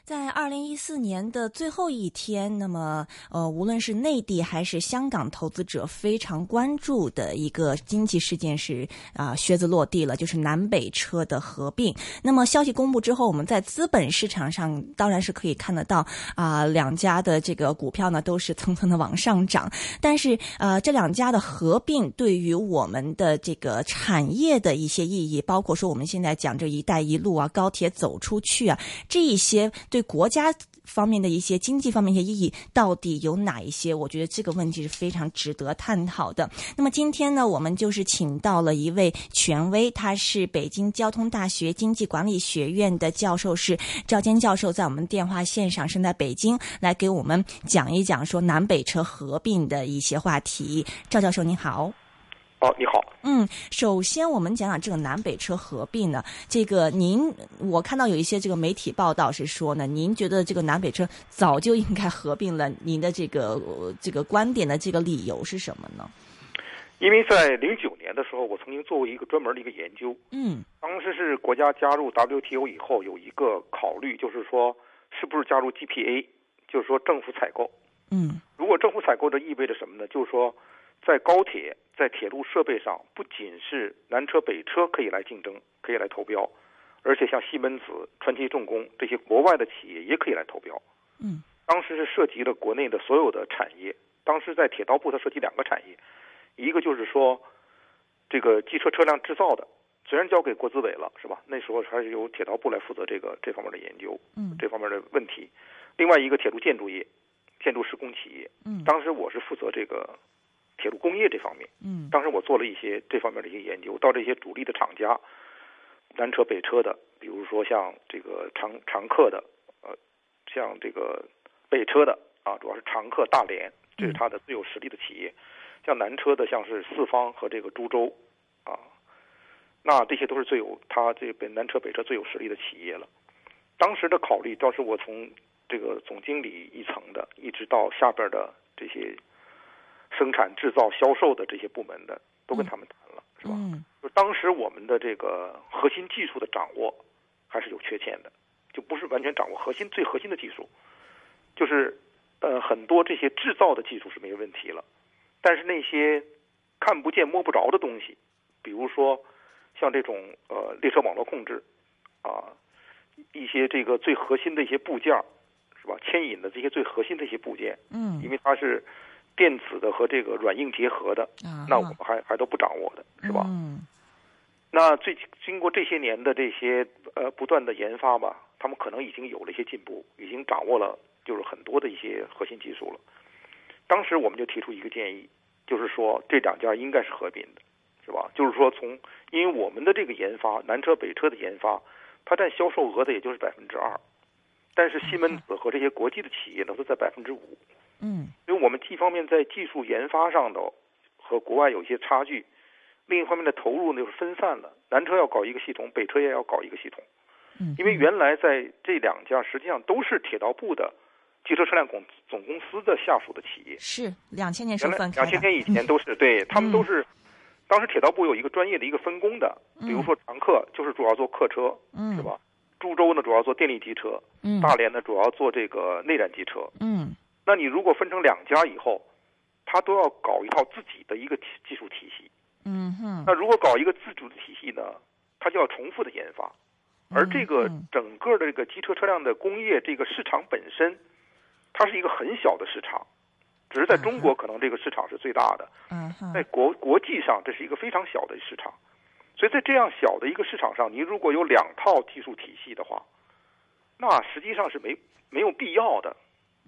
在2014年的最后一天，那么无论是内地还是香港投资者非常关注的一个经济事件是靴子落地了，就是南北车的合并。那么消息公布之后，我们在资本市场上当然是可以看得到两家的这个股票呢都是层层的往上涨。但是这两家的合并对于我们的这个产业的一些意义，包括说我们现在讲这一带一路高铁走出去这一些对国家方面的一些经济方面的一些意义到底有哪一些？我觉得这个问题是非常值得探讨的。那么今天呢，我们就是请到了一位权威，他是北京交通大学经济管理学院的教授，是赵坚教授，在我们电话线上是在北京来给我们讲一讲说南北车合并的一些话题。赵教授您好。 你好。 首先我们讲讲这个南北车合并呢，这个我看到有一些这个媒体报道是说呢，您觉得这个南北车早就应该合并了，您的这个观点的这个理由是什么呢？ 因为在09年的时候，我曾经做过一个专门的一个研究。当时是国家加入 WTO 以后有一个考虑，就是说是不是加入 GPA， 就是说政府采购。如果政府采购，这意味着什么呢？就是说在高铁在铁路设备上，不仅是南车北车可以来竞争，可以来投标，而且像西门子、川崎重工这些国外的企业也可以来投标。当时是涉及了国内的所有的产业。当时在铁道部它涉及两个产业，一个就是说这个机车车辆制造的，虽然交给国资委了，是吧？那时候还是由铁道部来负责这方面的研究，这方面的问题。另外一个铁路建筑业、建筑施工企业。当时我是负责这个铁路工业这方面。当时我做了一些这方面的一些研究，到这些主力的厂家，南车北车的，比如说像这个长客的，像这个北车的主要是长客、大连，这是它的最有实力的企业。像南车的，像是四方和这个株洲那这些都是它这边南车北车最有实力的企业了。当时的考虑倒是我从这个总经理一层的，一直到下边的这些生产制造销售的这些部门的，都跟他们谈了，是吧？就当时我们的这个核心技术的掌握还是有缺陷的，就不是完全掌握最核心的技术，就是很多这些制造的技术是没有问题了，但是那些看不见摸不着的东西，比如说像这种列车网络控制一些这个最核心的一些部件，是吧？牵引的这些最核心的一些部件，因为它是电子的和这个软硬结合的，那我们还都不掌握的，是吧？那经过这些年的这些不断的研发吧，他们可能已经有了一些进步，已经掌握了就是很多的一些核心技术了。当时我们就提出一个建议，就是说这两家应该是合并的，是吧？就是说因为我们的这个研发，南车北车的研发，它占销售额的也就是2%，但是西门子和这些国际的企业呢都在5%。所以我们一方面在技术研发上的和国外有一些差距，另一方面的投入呢就是分散了，南车要搞一个系统，北车也要搞一个系统。因为原来在这两家实际上都是铁道部的汽车车辆总公司的下属的企业。 是2000年时候分开的。 2000年以前都是对，他们都是当时铁道部有一个专业的一个分工的，比如说长客就是主要做客车，是吧？株洲呢主要做电力机车，大连呢主要做这个内燃机车。那你如果分成两家以后，他都要搞一套自己的一个技术体系。那如果搞一个自主的体系呢，它就要重复的研发，而这个整个的这个机车车辆的工业这个市场本身，它是一个很小的市场，只是在中国可能这个市场是最大的，在国际上这是一个非常小的市场。所以在这样小的一个市场上，你如果有两套技术体系的话，那实际上是没有必要的。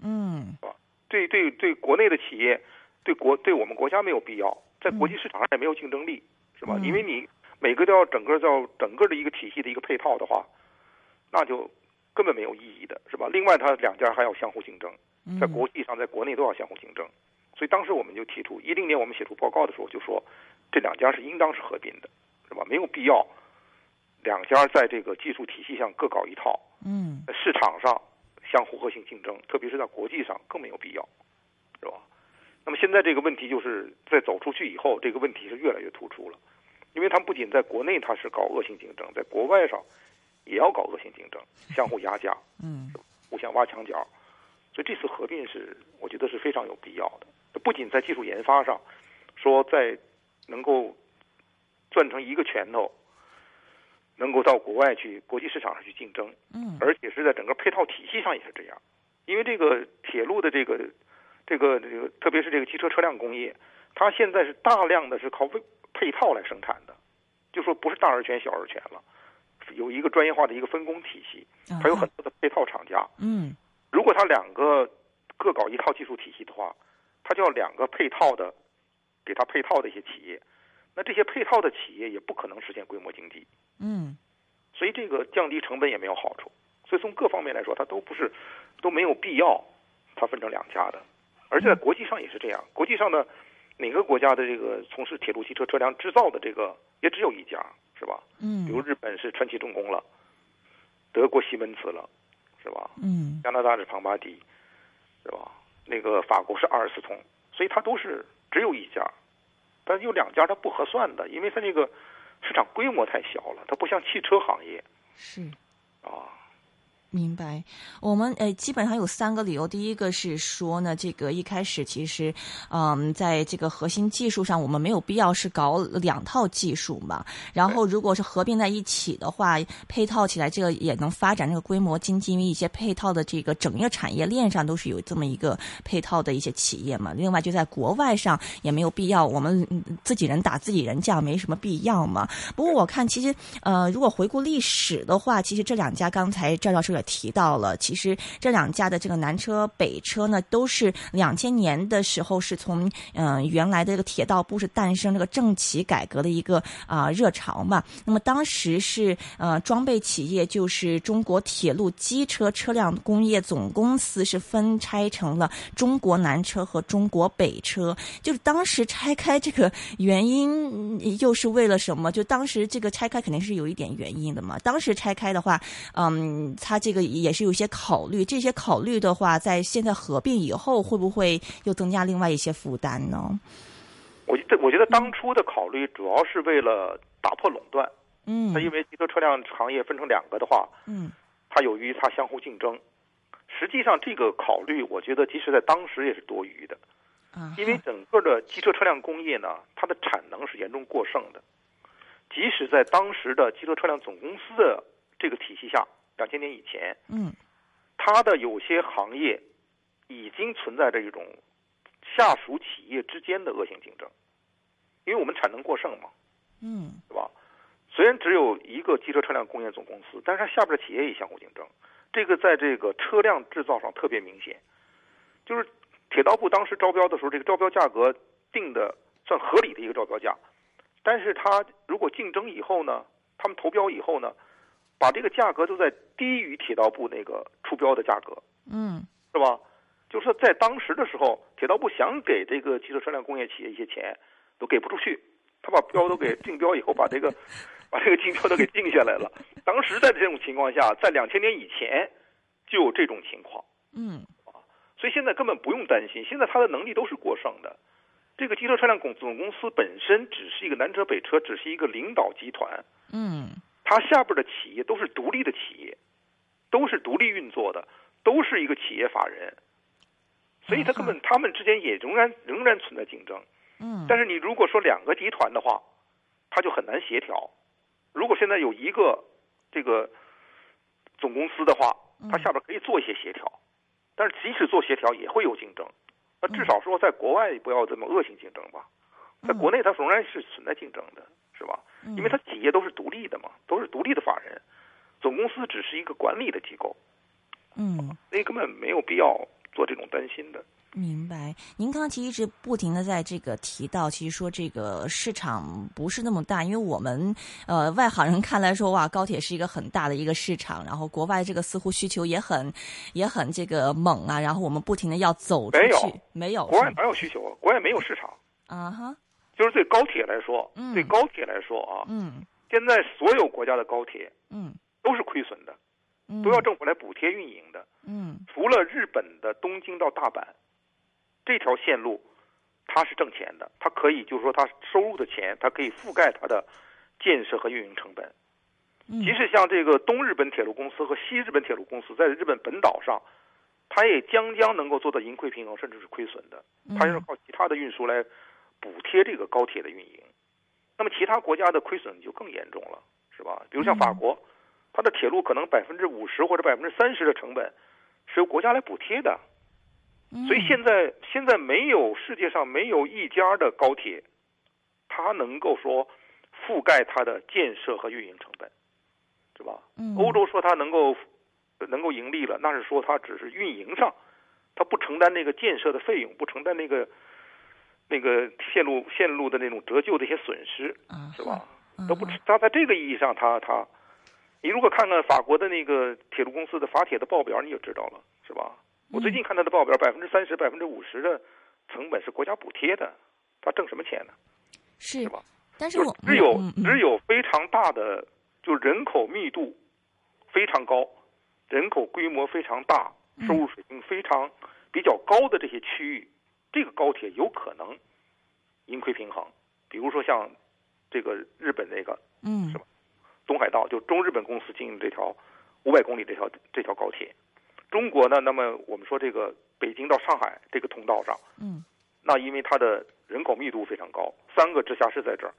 对国内的企业，对我们国家没有必要，在国际市场上也没有竞争力，是吧？因为你每个都要整个的一个体系的一个配套的话，那就根本没有意义的，是吧？另外，它两家还要相互竞争，在国际上，在国内都要相互竞争。所以当时我们就提出，10年我们写出报告的时候就说，这两家是应当是合并的，是吧？没有必要两家在这个技术体系上各搞一套，在市场上相互恶性竞争，特别是在国际上更没有必要，是吧？那么现在这个问题就是在走出去以后，这个问题是越来越突出了，因为他们不仅在国内它是搞恶性竞争，在国外上也要搞恶性竞争，相互压价。 互相挖墙脚。所以这次合并我觉得是非常有必要的。不仅在技术研发上，说在能够攥成一个拳头，能够到国外去国际市场上去竞争，而且是在整个配套体系上也是这样。因为这个铁路的这个，特别是这个汽车车辆工业，它现在是大量的是靠配套来生产的，就说不是大而全小而全了，有一个专业化的一个分工体系，它有很多的配套厂家。如果它两个各搞一套技术体系的话，它就要两个给它配套的一些企业，那这些配套的企业也不可能实现规模经济。所以这个降低成本也没有好处。所以从各方面来说，它都没有必要它分成两家的。而且在国际上也是这样，国际上的哪个国家的这个从事铁路汽车车辆制造的这个也只有一家，是吧？比如日本是川崎重工了，德国西门子了，是吧？加拿大是庞巴迪，是吧？那个法国是阿尔斯通，所以它都是只有一家，但是有两家它不合算的，因为它这个市场规模太小了，它不像汽车行业。 是啊。 明白，我们基本上有3个理由。第一个是说呢，这个一开始其实，在这个核心技术上，我们没有必要是搞2套技术嘛。然后，如果是合并在一起的话，配套起来，这个也能发展这个规模经济，因为一些配套的这个整个产业链上都是有这么一个配套的一些企业嘛。另外，就在国外上也没有必要，我们自己人打自己人，这样没什么必要嘛。不过我看，其实如果回顾历史的话，其实这2家刚才赵教授也提到了，其实这2家的这个南车北车呢，都是2000年的时候是从原来的这个铁道部是诞生这个政企改革的一个热潮嘛。那么当时是装备企业就是中国铁路机车车辆工业总公司是分拆成了中国南车和中国北车。就是当时拆开这个原因又是为了什么？就当时这个拆开肯定是有一点原因的嘛。当时拆开的话，它这个也是有一些考虑，这些考虑的话，在现在合并以后，会不会又增加另外一些负担呢？ 我觉得当初的考虑主要是为了打破垄断。它因为汽车车辆行业分成2个的话，它由于它相互竞争。实际上这个考虑，我觉得即使在当时也是多余的。因为整个的汽车车辆工业呢，它的产能是严重过剩的。即使在当时的汽车车辆总公司的这个体系下，2000年以前，它的有些行业已经存在着一种下属企业之间的恶性竞争，因为我们产能过剩嘛，对吧？虽然只有一个汽车车辆工业总公司，但是它下边的企业也相互竞争，这个在这个车辆制造上特别明显。就是铁道部当时招标的时候，这个招标价格定的算合理的一个招标价，但是它如果竞争以后呢，他们投标以后呢，把这个价格都在低于铁道部那个出标的价格，是吧？就是说在当时的时候，铁道部想给这个汽车车辆工业企业一些钱，都给不出去，他把标都给竞标以后，把这个竞标都给定下来了。当时在这种情况下，在2000年以前就有这种情况，所以现在根本不用担心，现在它的能力都是过剩的。这个汽车车辆总公司本身只是一个南车北车，只是一个领导集团，它下边的企业都是独立的企业，都是独立运作的，都是一个企业法人，所以他们之间也仍然存在竞争。但是你如果说2个集团的话，它就很难协调。如果现在有一个这个总公司的话，它下边可以做一些协调，但是即使做协调也会有竞争。那至少说在国外不要这么恶性竞争吧，在国内它仍然是存在竞争的，是吧？因为它企业都是独立的嘛，都是独立的法人，总公司只是一个管理的机构，所以根本没有必要做这种担心的。 明白，您刚刚其实一直不停的在这个提到，其实说这个市场不是那么大，因为我们外行人看来说，哇，高铁是一个很大的一个市场，然后国外这个似乎需求也很这个猛啊，然后我们不停的要走出去，没有， 国外哪有需求啊？国外没有市场就是对高铁来说，现在所有国家的高铁，都是亏损的，都要政府来补贴运营的，除了日本的东京到大阪这条线路，它是挣钱的，它可以就是说它收入的钱，它可以覆盖它的建设和运营成本。 即使像这个东日本铁路公司和西日本铁路公司在日本本岛上，它也将能够做到盈亏平衡，甚至是亏损的。它是靠其他的运输来补贴这个高铁的运营。那么其他国家的亏损就更严重了，是吧？比如像法国，它的铁路可能50%或者30%的成本是由国家来补贴的。所以现在世界上没有一家的高铁，它能够说覆盖它的建设和运营成本，是吧？欧洲说它能够盈利了，那是说它只是运营上，它不承担那个建设的费用，不承担那个线路的那种折旧的一些损失，是吧？都不，它在这个意义上，你如果看看法国的那个铁路公司的法铁的报表，你就知道了，是吧？我最近看他的报表，30%、50%的成本是国家补贴的，他挣什么钱呢？是吧？ 但是只有非常大的，就人口密度非常高、人口规模非常大、收入水平比较高的这些区域，这个高铁有可能盈亏平衡。比如说像这个日本那个，是吧？东海道就中日本公司经营这条500公里这条高铁。中国呢，那么我们说这个北京到上海这个通道上，那因为它的人口密度非常高，3个直辖市在这儿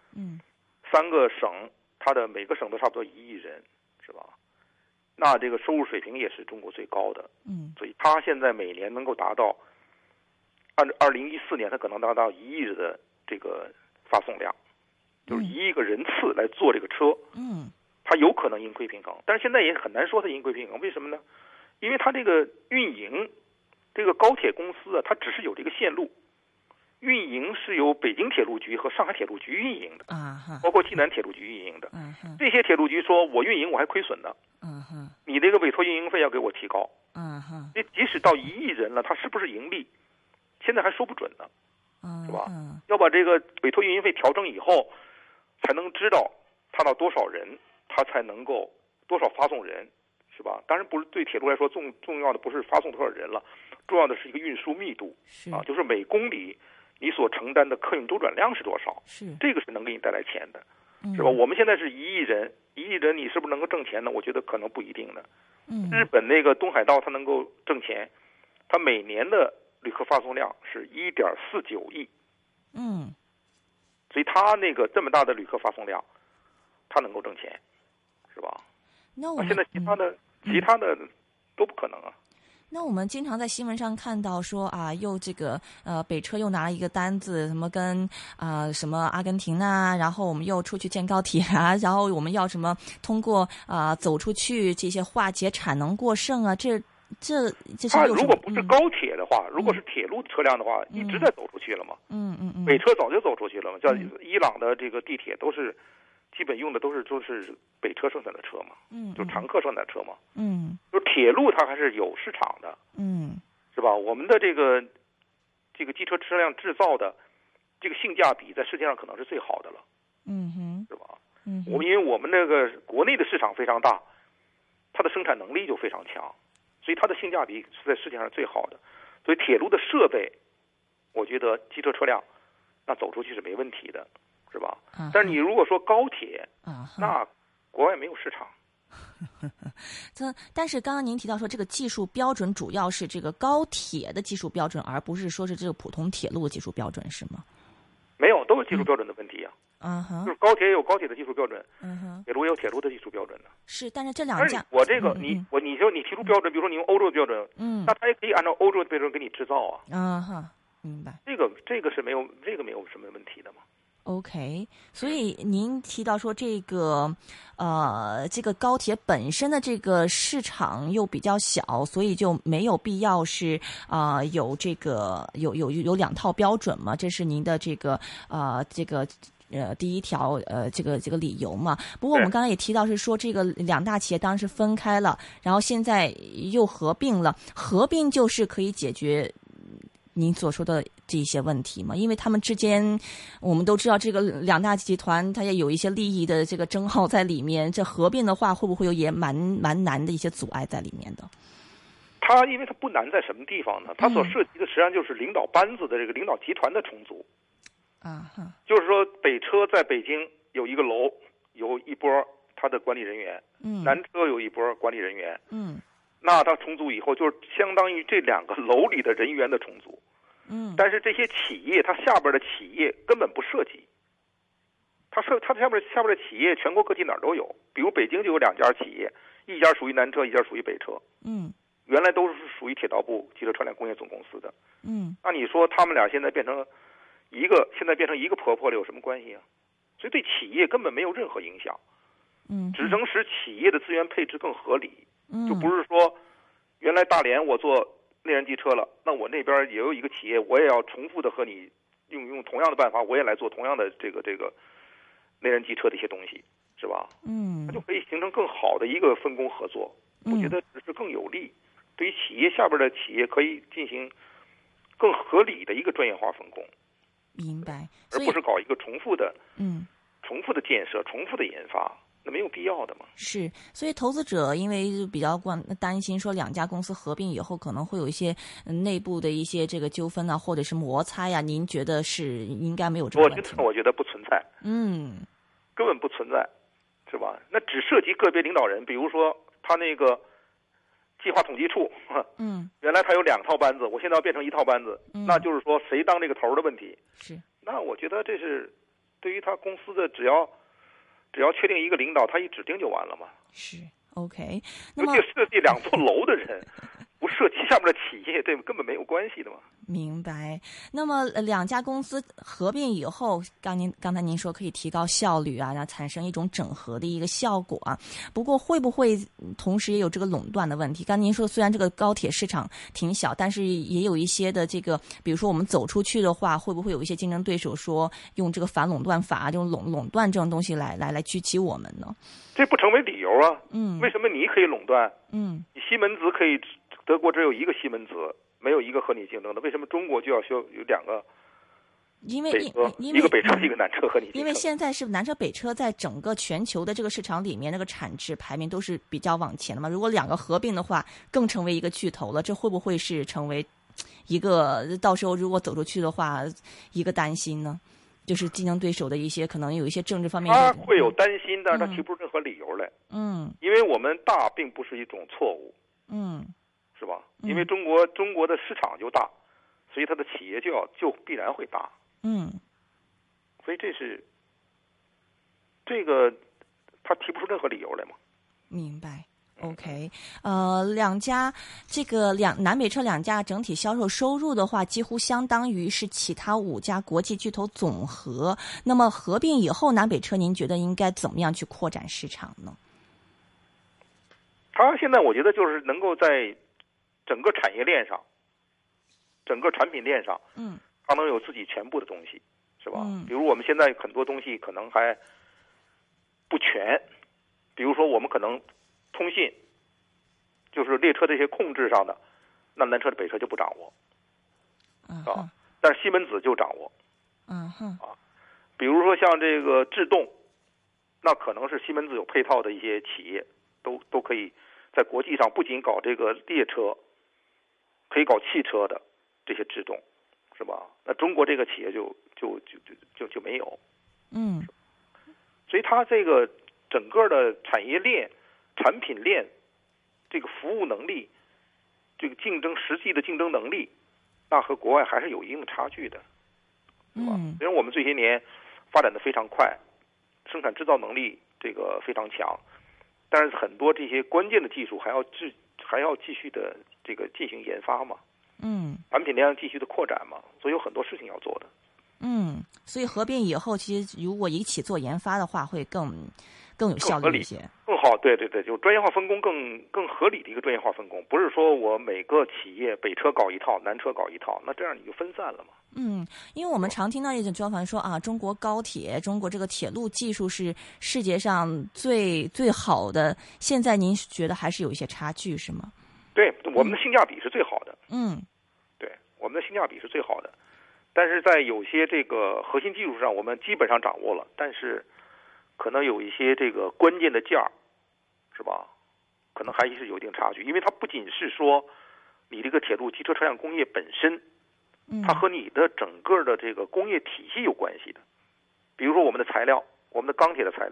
，3个省，它的每个省都差不多1亿人，是吧？那这个收入水平也是中国最高的，所以它现在每年能够达到，按照2014年，它可能达到1亿的这个发送量，就是1亿个人次来坐这个车，它有可能盈亏平衡，但是现在也很难说它盈亏平衡，为什么呢？因为它这个运营，这个高铁公司啊，它只是有这个线路，运营是由北京铁路局和上海铁路局运营的，包括济南铁路局运营的。这些铁路局说我运营我还亏损呢，你这个委托运营费要给我提高。即使到1亿人了，它是不是盈利，现在还说不准呢，是吧？要把这个委托运营费调整以后，才能知道它到多少人，它才能够多少发送人。是吧？当然不是对铁路来说重要的不是发送多少人了，重要的是一个运输密度就是每公里你所承担的客运周转量是多少，这个是能给你带来钱的，是吧？我们现在是1亿人，1亿人你是不是能够挣钱呢？我觉得可能不一定的。日本那个东海道它能够挣钱，它每年的旅客发送量是1.49亿，所以它那个这么大的旅客发送量，它能够挣钱，是吧？ 那我们现在其他的都不可能啊。 那我们经常在新闻上看到说又这个北车又拿了一个单子，什么跟什么阿根廷啊，然后我们又出去建高铁啊，然后我们要什么通过走出去这些化解产能过剩啊，这是如果不是高铁的话，如果是铁路车辆的话，一直在走出去了嘛。北车早就走出去了嘛，像伊朗的这个地铁都是。基本用的都是北车生产的车嘛，就常客生产的车嘛，就铁路它还是有市场的，是吧？我们的这个机车车辆制造的这个性价比在世界上可能是最好的了，是吧？因为我们那个国内的市场非常大，它的生产能力就非常强，所以它的性价比是在世界上最好的。所以铁路的设备，我觉得机车车辆那走出去是没问题的。是吧？但是你如果说高铁，那国外没有市场。 但是刚刚您提到说，这个技术标准主要是这个高铁的技术标准，而不是说是这个普通铁路的技术标准，是吗？ 没有，都是技术标准的问题啊。就是高铁有高铁的技术标准，铁路也有铁路的技术标准的。 是，但是这两家， 我这个你说你提出标准，比如说你用欧洲的标准，那他也可以按照欧洲的标准给你制造啊。 明白。 这个是没有什么问题的嘛。 OK， 所以您提到说这个这个高铁本身的这个市场又比较小，所以就没有必要是有这个有2套标准嘛？这是您的这个第一条这个理由嘛。不过我们刚才也提到是说这个2大企业当然是分开了，然后现在又合并了，合并就是可以解决您所说的这些问题吗？因为他们之间，我们都知道这个2大集团，它也有一些利益的这个争拗在里面。这合并的话，会不会有也蛮难的一些阻碍在里面的？ 因为它不难在什么地方呢？它所涉及的实际上就是领导班子的这个领导集团的重组。就是说北车在北京有一个楼，有一波它的管理人员，南车有一波管理人员，那它重组以后，就是相当于这2个楼里的人员的重组，但是这些企业，它下边的企业根本不涉及，它下边的企业全国各地哪儿都有，比如北京就有2家企业，一家属于南车，一家属于北车，原来都是属于铁道部汽车车辆工业总公司的，那你说他们俩现在变成一个婆婆了，有什么关系啊？所以对企业根本没有任何影响，只能使企业的资源配置更合理，就不是说原来大连我做内燃机车了，那我那边也有一个企业，我也要重复的和你用同样的办法，我也来做同样的这个内燃机车的一些东西，是吧？它就可以形成更好的一个分工合作，我觉得只是更有利，对于企业下边的企业可以进行更合理的一个专业化分工。 明白， 而不是搞一个重复的建设、重复的研发，那没有必要的嘛。 是，所以投资者因为比较担心说2家公司合并以后可能会有一些内部的一些这个纠纷啊，或者是摩擦呀，您觉得是应该没有这个问题？ 我觉得不存在，根本不存在，是吧？那只涉及个别领导人，比如说他那个计划统计处，原来他有2套班子，我现在要变成1套班子，那就是说谁当这个头的问题。 是， 那我觉得这是对于他公司的，只要确定一个领导，他一指定就完了嘛。 是 OK。那么设计2座楼的人，不涉及下面的企业，这根本没有关系的嘛。 明白。那么2家公司合并以后，刚才您说可以提高效率啊，然后产生一种整合的一个效果啊。不过会不会同时也有这个垄断的问题？刚您说虽然这个高铁市场挺小，但是也有一些的这个，比如说我们走出去的话，会不会有一些竞争对手说用这个反垄断法、这种垄断这种东西来狙击我们呢？ 这不成为理由啊？为什么你可以垄断？你西门子可以，德国只有一个西门子，没有一个和你竞争的，为什么中国就要有2个？ 因为一个北车一个南车和你竞争。 因为现在是南车北车在整个全球的这个市场里面，那个产值排名都是比较往前的嘛。如果2个合并的话，更成为一个巨头了，这会不会是成为一个到时候如果走出去的话，一个担心呢？就是竞争对手的一些可能有一些政治方面他会有担心，但是他提不出任何理由来。因为我们大并不是一种错误，是吧？因为中国的市场就大，所以它的企业就必然会大。所以这个他提不出任何理由来嘛。 明白。OK， 2家这个南北车2家整体销售收入的话，几乎相当于是其他5家国际巨头总和。那么合并以后，南北车您觉得应该怎么样去扩展市场呢？ 他现在我觉得就是能够在整个产业链上、整个产品链上，他能有自己全部的东西，是吧？比如我们现在很多东西可能还不全，比如说我们可能通信，就是列车这些控制上的，那南车的北车就不掌握，但是西门子就掌握，比如说像这个制动，那可能是西门子有配套的一些企业，都可以在国际上不仅搞这个列车，可以搞汽车的这些制动，是吧？那中国这个企业就没有，所以它这个整个的产业链、产品链，这个服务能力，这个实际的竞争能力，那和国外还是有一定的差距的，是吧？虽然我们这些年发展的非常快，生产制造能力这个非常强，但是很多这些关键的技术还要继续的这个进行研发嘛，产品量继续的扩展嘛，所以有很多事情要做的。 所以合并以后，其实如果一起做研发的话，会更有效率一些， 更好。对，就专业化分工更合理的一个专业化分工，不是说我每个企业北车搞一套，南车搞一套，那这样你就分散了嘛。 因为我们常听到一种说法说啊，中国高铁、中国这个铁路技术是世界上最好的，现在您觉得还是有一些差距是吗？ 对，我们的性价比是最好的。对，我们的性价比是最好的，但是在有些这个核心技术上，我们基本上掌握了，但是可能有一些这个关键的件儿，是吧？可能还是有一定差距，因为它不仅是说你这个铁路机车车辆工业本身，它和你的整个的这个工业体系有关系的。比如说我们的材料，我们的钢铁的材料，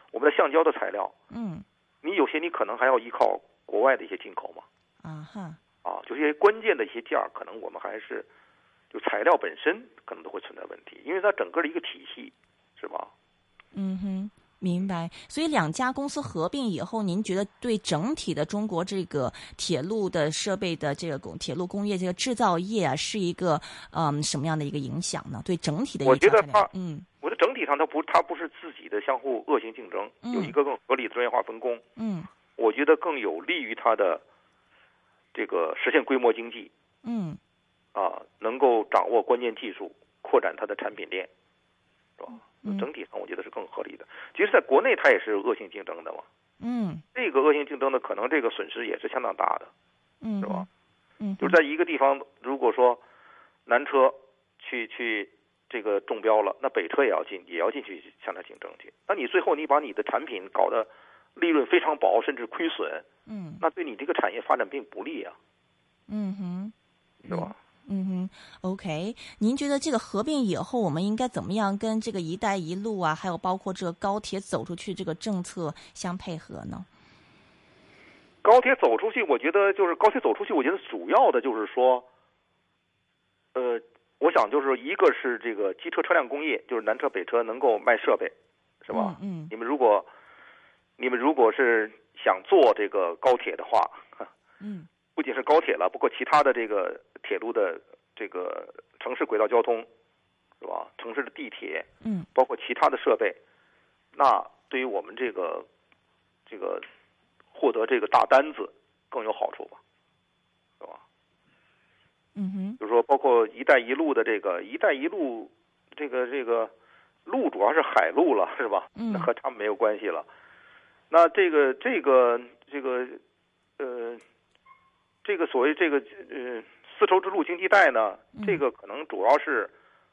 我们的橡胶的材料，你有些你可能还要依靠国外的一些进口嘛，就是一些关键的一些件儿，可能我们还是就材料本身可能都会存在问题，因为它整个的一个体系，是吧？ 明白。所以两家公司合并以后，您觉得对整体的中国这个铁路的设备的这个铁路工业这个制造业啊，是一个什么样的一个影响呢？对整体的一个， 我觉得我的整体上它不是自己的相互恶性竞争，有一个更合理的专业化分工，我觉得更有利于它的这个实现规模经济，能够掌握关键技术，扩展它的产品链，是吧？整体上我觉得是更合理的。其实在国内它也是恶性竞争的嘛，这个恶性竞争的可能这个损失也是相当大的，是吧？就是在一个地方，如果说南车去这个中标了，那北车也要进去向它竞争去，那你最后你把你的产品搞得利润非常薄，甚至亏损，那对你这个产业发展并不利啊，是吧 ？OK， 您觉得这个合并以后，我们应该怎么样跟这个“一带一路”啊，还有包括这个高铁走出去这个政策相配合呢？ 高铁走出去，我觉得主要的就是说，我想就是一个是这个机车车辆工业，就是南车北车能够卖设备，是吧？你们如果是想做这个高铁的话，不仅是高铁了，包括其他的这个铁路的这个城市轨道交通，是吧？城市的地铁，包括其他的设备，那对于我们这个获得这个大单子更有好处吧，是吧？就是说，包括“一带一路”的这个“一带一路”这个路主要是海路了，是吧？那和他们没有关系了。那这个所谓这个丝绸之路经济带呢，这个可能主要是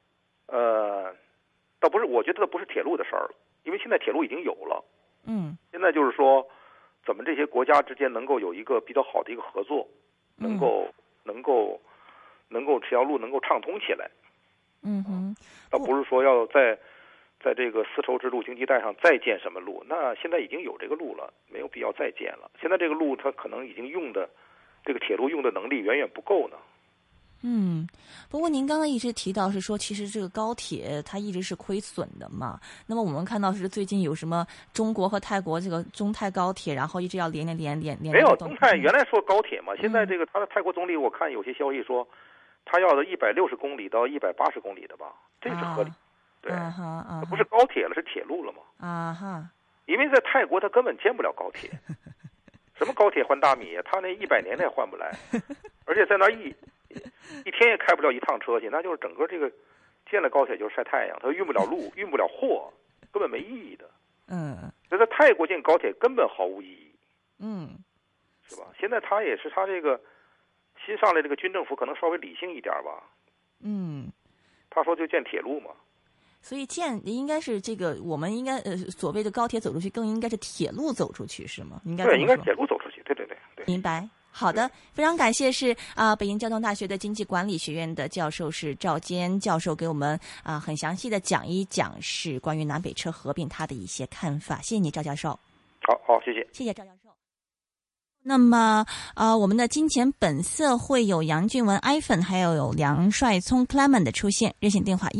倒不是，我觉得不是铁路的事儿了，因为现在铁路已经有了。现在就是说，怎么这些国家之间能够有一个比较好的一个合作，能够这条路能够畅通起来。倒不是说要在这个丝绸之路经济带上再建什么路，那现在已经有这个路了，没有必要再建了。现在这个路它可能已经这个铁路用的能力远远不够呢。 不过您刚刚一直提到是说，其实这个高铁它一直是亏损的嘛。那么我们看到是最近有什么中国和泰国这个中泰高铁，然后一直要连。没有中泰原来说高铁嘛，现在这个他的泰国总理，我看有些消息说，他要的160公里到180公里的吧，这是合理。对，不是高铁了，是铁路了嘛。因为在泰国他根本建不了高铁。什么高铁换大米啊？他那100年他也换不来，而且在那一天也开不了一趟车去，那就是整个这个建了高铁就是晒太阳，他运不了路，运不了货，根本没意义的。所以在泰国建高铁根本毫无意义。是吧？现在他也是他这个新上来这个军政府可能稍微理性一点吧。他说就建铁路嘛。 所以应该是这个，我们应该所谓的高铁走出去，更应该是铁路走出去，是吗？应该是铁路走出去，对。 明白。好的，非常感谢是北京交通大学的经济管理学院的教授是赵坚教授，给我们很详细的讲一讲是关于南北车合并他的一些看法。谢谢你，赵教授。 好，谢谢。 谢谢赵教授。那么我们的金钱本色会有杨俊文 iPhone 还有梁帅聪 Clement 的出现，热线电话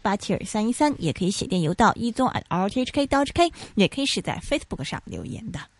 1872313 1872313，也可以写电邮到1宗@rthk.hk， 也可以是在 Facebook 上留言的。